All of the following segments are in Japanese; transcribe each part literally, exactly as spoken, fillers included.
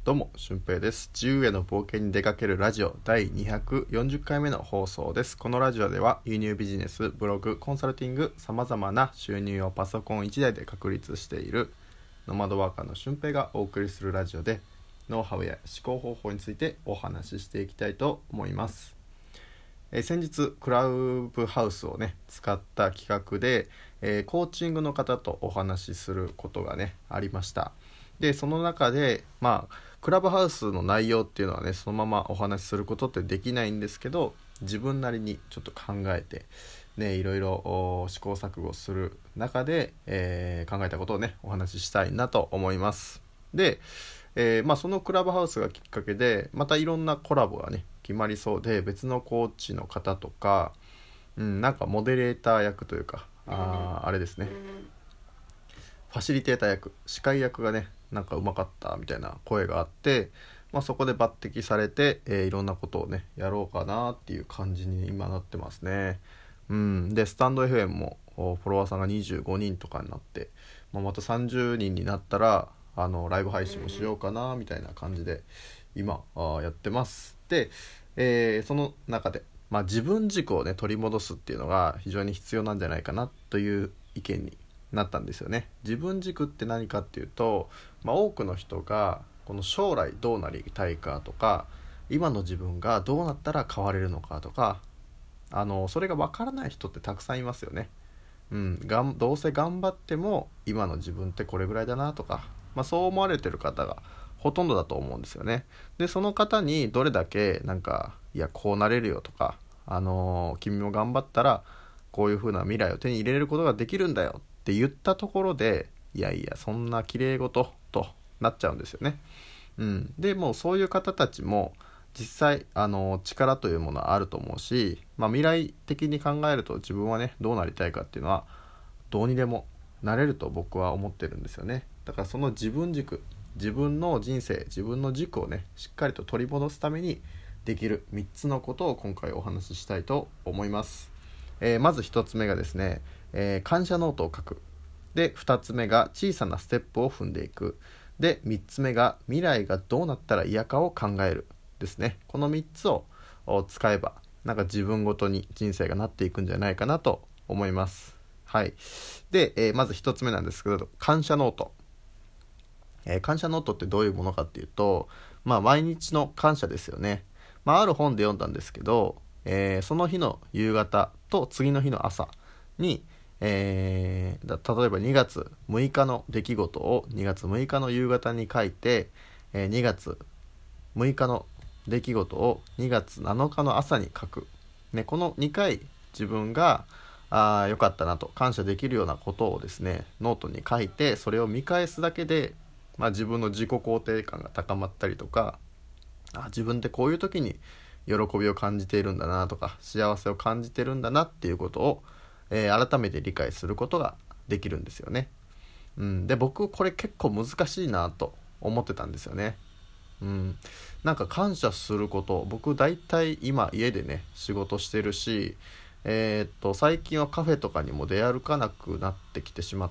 どうも、俊平です。自由への冒険に出かけるラジオだいにひゃくよんじゅっかいめの放送です。このラジオでは輸入ビジネス、ブログ、コンサルティング、様々な収入をパソコンいちだいで確立しているノマドワーカーの俊平がお送りするラジオで、ノウハウや思考方法についてお話ししていきたいと思います。えー、先日クラブハウスをね使った企画で、えー、コーチングの方とお話しすることがねありました。でその中でまあクラブハウスの内容っていうのはねそのままお話しすることってできないんですけど、自分なりにちょっと考えてねいろいろ試行錯誤する中で、えー、考えたことをねお話ししたいなと思います。で、えーまあ、そのクラブハウスがきっかけでまたいろんなコラボがね決まりそうで、別のコーチの方とか、うん、なんかモデレーター役というかあ, あれですねファシリテーター役、司会役がねなんかうまかったみたいな声があって、まあ、そこで抜擢されて、えー、いろんなことをねやろうかなっていう感じに今なってますね。うん、でスタンド エフエム もフォロワーさんがにじゅうごにんとかになって、まあ、またさんじゅうにんになったらあのライブ配信もしようかなみたいな感じで今あやってます。で、えー、その中で、まあ、自分軸をね取り戻すっていうのが非常に必要なんじゃないかなという意見になったんですよね。自分軸って何かっていうと、まあ、多くの人がこの将来どうなりたいかとか、今の自分がどうなったら変われるのかとか、あのそれが分からない人ってたくさんいますよね。うん、がんどうせ頑張っても今の自分ってこれぐらいだなとか、まあ、そう思われてる方がほとんどだと思うんですよね。でその方にどれだけなんかいやこうなれるよとか、あのー、君も頑張ったらこういう風な未来を手に入れることができるんだよって言ったところで、いやいやそんな綺麗事となっちゃうんですよね。うん、でもうそういう方たちも実際あの力というものはあると思うし、まあ、未来的に考えると自分はねどうなりたいかっていうのはどうにでもなれると僕は思ってるんですよね。だからその自分軸、自分の人生、自分の軸をねしっかりと取り戻すためにできるみっつのことを今回お話ししたいと思います。えー、まずひとつめがですね、えー、感謝ノートを書く。でふたつめが小さなステップを踏んでいく。でみっつめが未来がどうなったら嫌かを考えるですね。このみっつを使えばなんか自分ごとに人生がなっていくんじゃないかなと思います。はい。で、えー、まずひとつめなんですけど、感謝ノート。えー、感謝ノートってどういうものかっていうと、まあ毎日の感謝ですよね。まあある本で読んだんですけど、えー、その日の夕方と次の日の朝に、えー、だ例えばにがつむいかの出来事をにがつむいかの夕方に書いて、えー、にがつむいかの出来事をにがつなのかの朝に書く、ね、このにかい自分があ良かったなと感謝できるようなことをですねノートに書いて、それを見返すだけで、まあ、自分の自己肯定感が高まったりとか、あ自分ってこういう時に喜びを感じているんだなとか幸せを感じてるんだなっていうことを、えー、改めて理解することができるんですよね。うん、で僕これ結構難しいなと思ってたんですよね。うん、なんか感謝すること、僕大体今家でね仕事してるし、えー、っと最近はカフェとかにも出歩かなくなってきてしまって、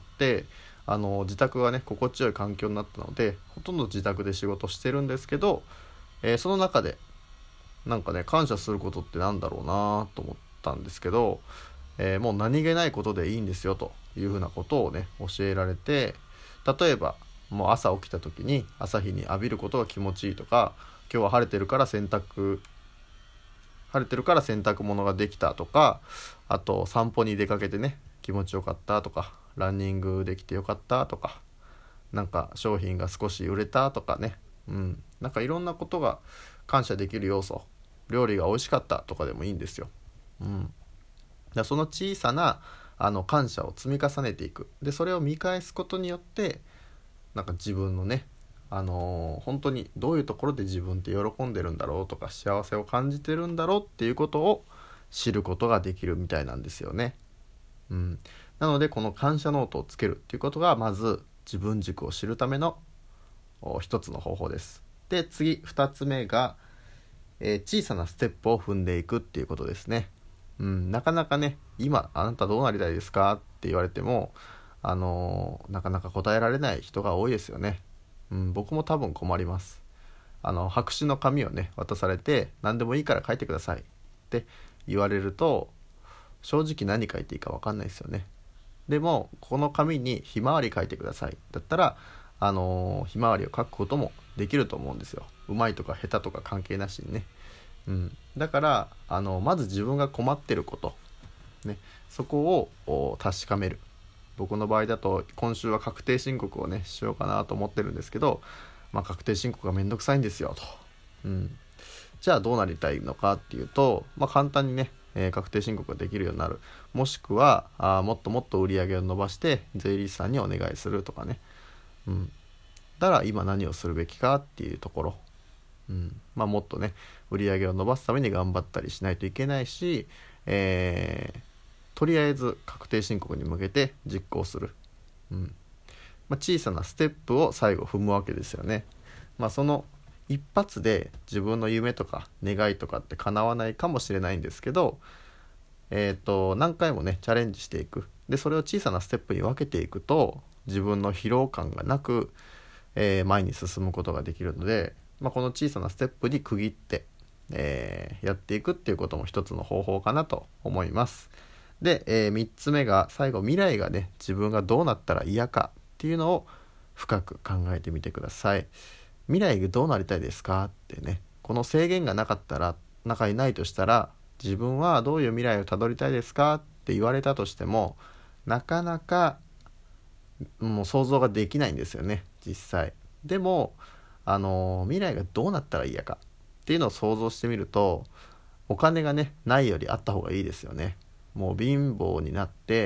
あの自宅がね心地よい環境になったのでほとんど自宅で仕事してるんですけど、えー、その中でなんかね感謝することってなんだろうなと思ったんですけど、えー、もう何気ないことでいいんですよというふうなことをね教えられて、例えばもう朝起きた時に朝日に浴びることが気持ちいいとか、今日は晴れてるから洗濯晴れてるから洗濯物ができたとか、あと散歩に出かけてね気持ちよかったとか、ランニングできてよかったとか、なんか商品が少し売れたとかね、うん、なんかいろんなことが感謝できる要素、料理が美味しかったとかでもいいんですよ。うん、だその小さなあの感謝を積み重ねていく。でそれを見返すことによってなんか自分のね、あのー、本当にどういうところで自分って喜んでるんだろうとか幸せを感じてるんだろうっていうことを知ることができるみたいなんですよね。うん、なのでこの感謝ノートをつけるっていうことがまず自分軸を知るための一つの方法です。で次ふたつめが、えー、小さなステップを踏んでいくっていうことですね。うん、なかなかね今あなたどうなりたいですかって言われてもあのー、なかなか答えられない人が多いですよね。うん、僕も多分困ります。 あの白紙の紙をね渡されて、何でもいいから書いてくださいって言われると、正直何書いていいか分かんないですよね。でもこの紙にひまわり書いてくださいだったら、あのー、ひまわりを書くこともできると思うんですよ。うまいとか下手とか関係なしにね、うん、だからあのまず自分が困ってること、ね、そこを確かめる。僕の場合だと今週は確定申告をねしようかなと思ってるんですけど、まあ、確定申告がめんどくさいんですよと、うん、じゃあどうなりたいのかっていうと、まあ、簡単にね、えー、確定申告ができるようになる、もしくはあもっともっと売り上げを伸ばして税理士さんにお願いするとかね、うん、だから今何をするべきかっていうところ、うんまあ、もっとね売り上げを伸ばすために頑張ったりしないといけないし、えー、とりあえず確定申告に向けて実行する、うんまあ、小さなステップを最後踏むわけですよね。まあ、その一発で自分の夢とか願いとかって叶わないかもしれないんですけど、えーと、何回もねチャレンジしていく。でそれを小さなステップに分けていくと、自分の疲労感がなく、えー、前に進むことができるので、まあ、この小さなステップに区切って、えー、やっていくっていうことも一つの方法かなと思います。で、えー、みっつめが最後、未来がね自分がどうなったら嫌かっていうのを深く考えてみてください。未来がどうなりたいですかってね、この制限がなかったら、中にないとしたら、自分はどういう未来をたどりたいですかって言われたとしても、なかなかもう想像ができないんですよね、実際。でもあの未来がどうなったら嫌かっていうのを想像してみると、お金がねないよりあった方がいいですよね。もう貧乏になって、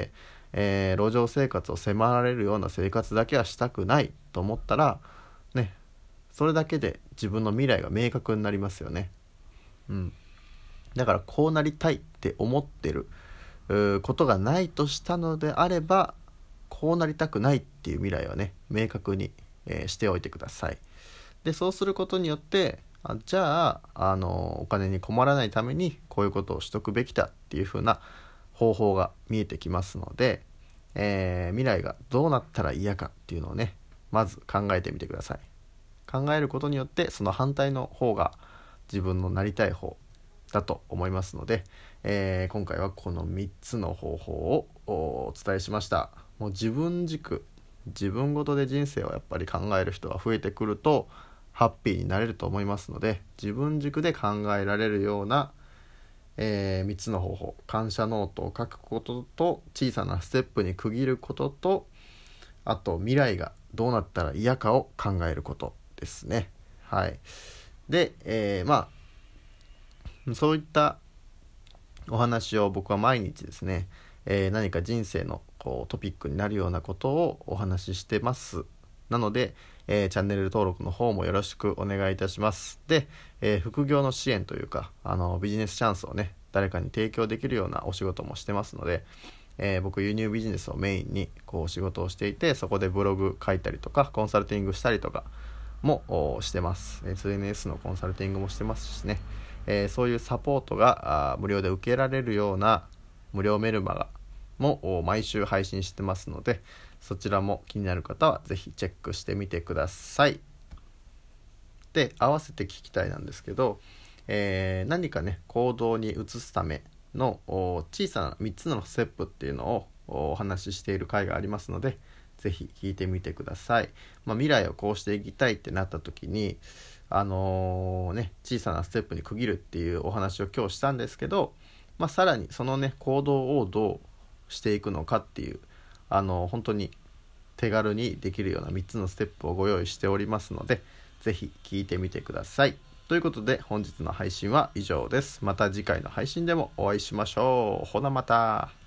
えー、路上生活を迫られるような生活だけはしたくないと思ったらね、それだけで自分の未来が明確になりますよね。うん、だからこうなりたいって思ってることがないとしたのであれば、こうなりたくないっていう未来はね明確に、えー、しておいてください。でそうすることによって、あじゃあ、あのお金に困らないためにこういうことをしとくべきだっていう風な方法が見えてきますので、えー、未来がどうなったら嫌かっていうのをねまず考えてみてください。考えることによってその反対の方が自分のなりたい方だと思いますので、えー、今回はこのみっつの方法をお伝えしました。もう自分軸、自分ごとで人生をやっぱり考える人が増えてくるとハッピーになれると思いますので、自分軸で考えられるような、えー、みっつの方法、感謝ノートを書くことと、小さなステップに区切ることと、あと未来がどうなったら嫌かを考えることですね。はい。で、えー、まあそういったお話を僕は毎日ですね、えー、何か人生のこうトピックになるようなことをお話ししてます。なので、えー、チャンネル登録の方もよろしくお願いいたします。で、えー、副業の支援というか、あのビジネスチャンスをね誰かに提供できるようなお仕事もしてますので、えー、僕輸入ビジネスをメインにこう仕事をしていて、そこでブログ書いたりとかコンサルティングしたりとかもしてます。 エスエヌエス のコンサルティングもしてますしね、えー、そういうサポートが無料で受けられるような無料メルマガも毎週配信してますので、そちらも気になる方はぜひチェックしてみてください。で、合わせて聞きたいなんですけど、えー、何かね行動に移すための小さなみっつのステップっていうのをお話ししている回がありますので、ぜひ聞いてみてください。まあ、未来をこうしていきたいってなった時に、あのー、ね小さなステップに区切るっていうお話を今日したんですけど、まあ、さらにそのね行動をどうしていくのかっていう、あのー、本当に手軽にできるようなみっつのステップをご用意しておりますので、ぜひ聞いてみてください。ということで本日の配信は以上です。また次回の配信でもお会いしましょう。ほなまた。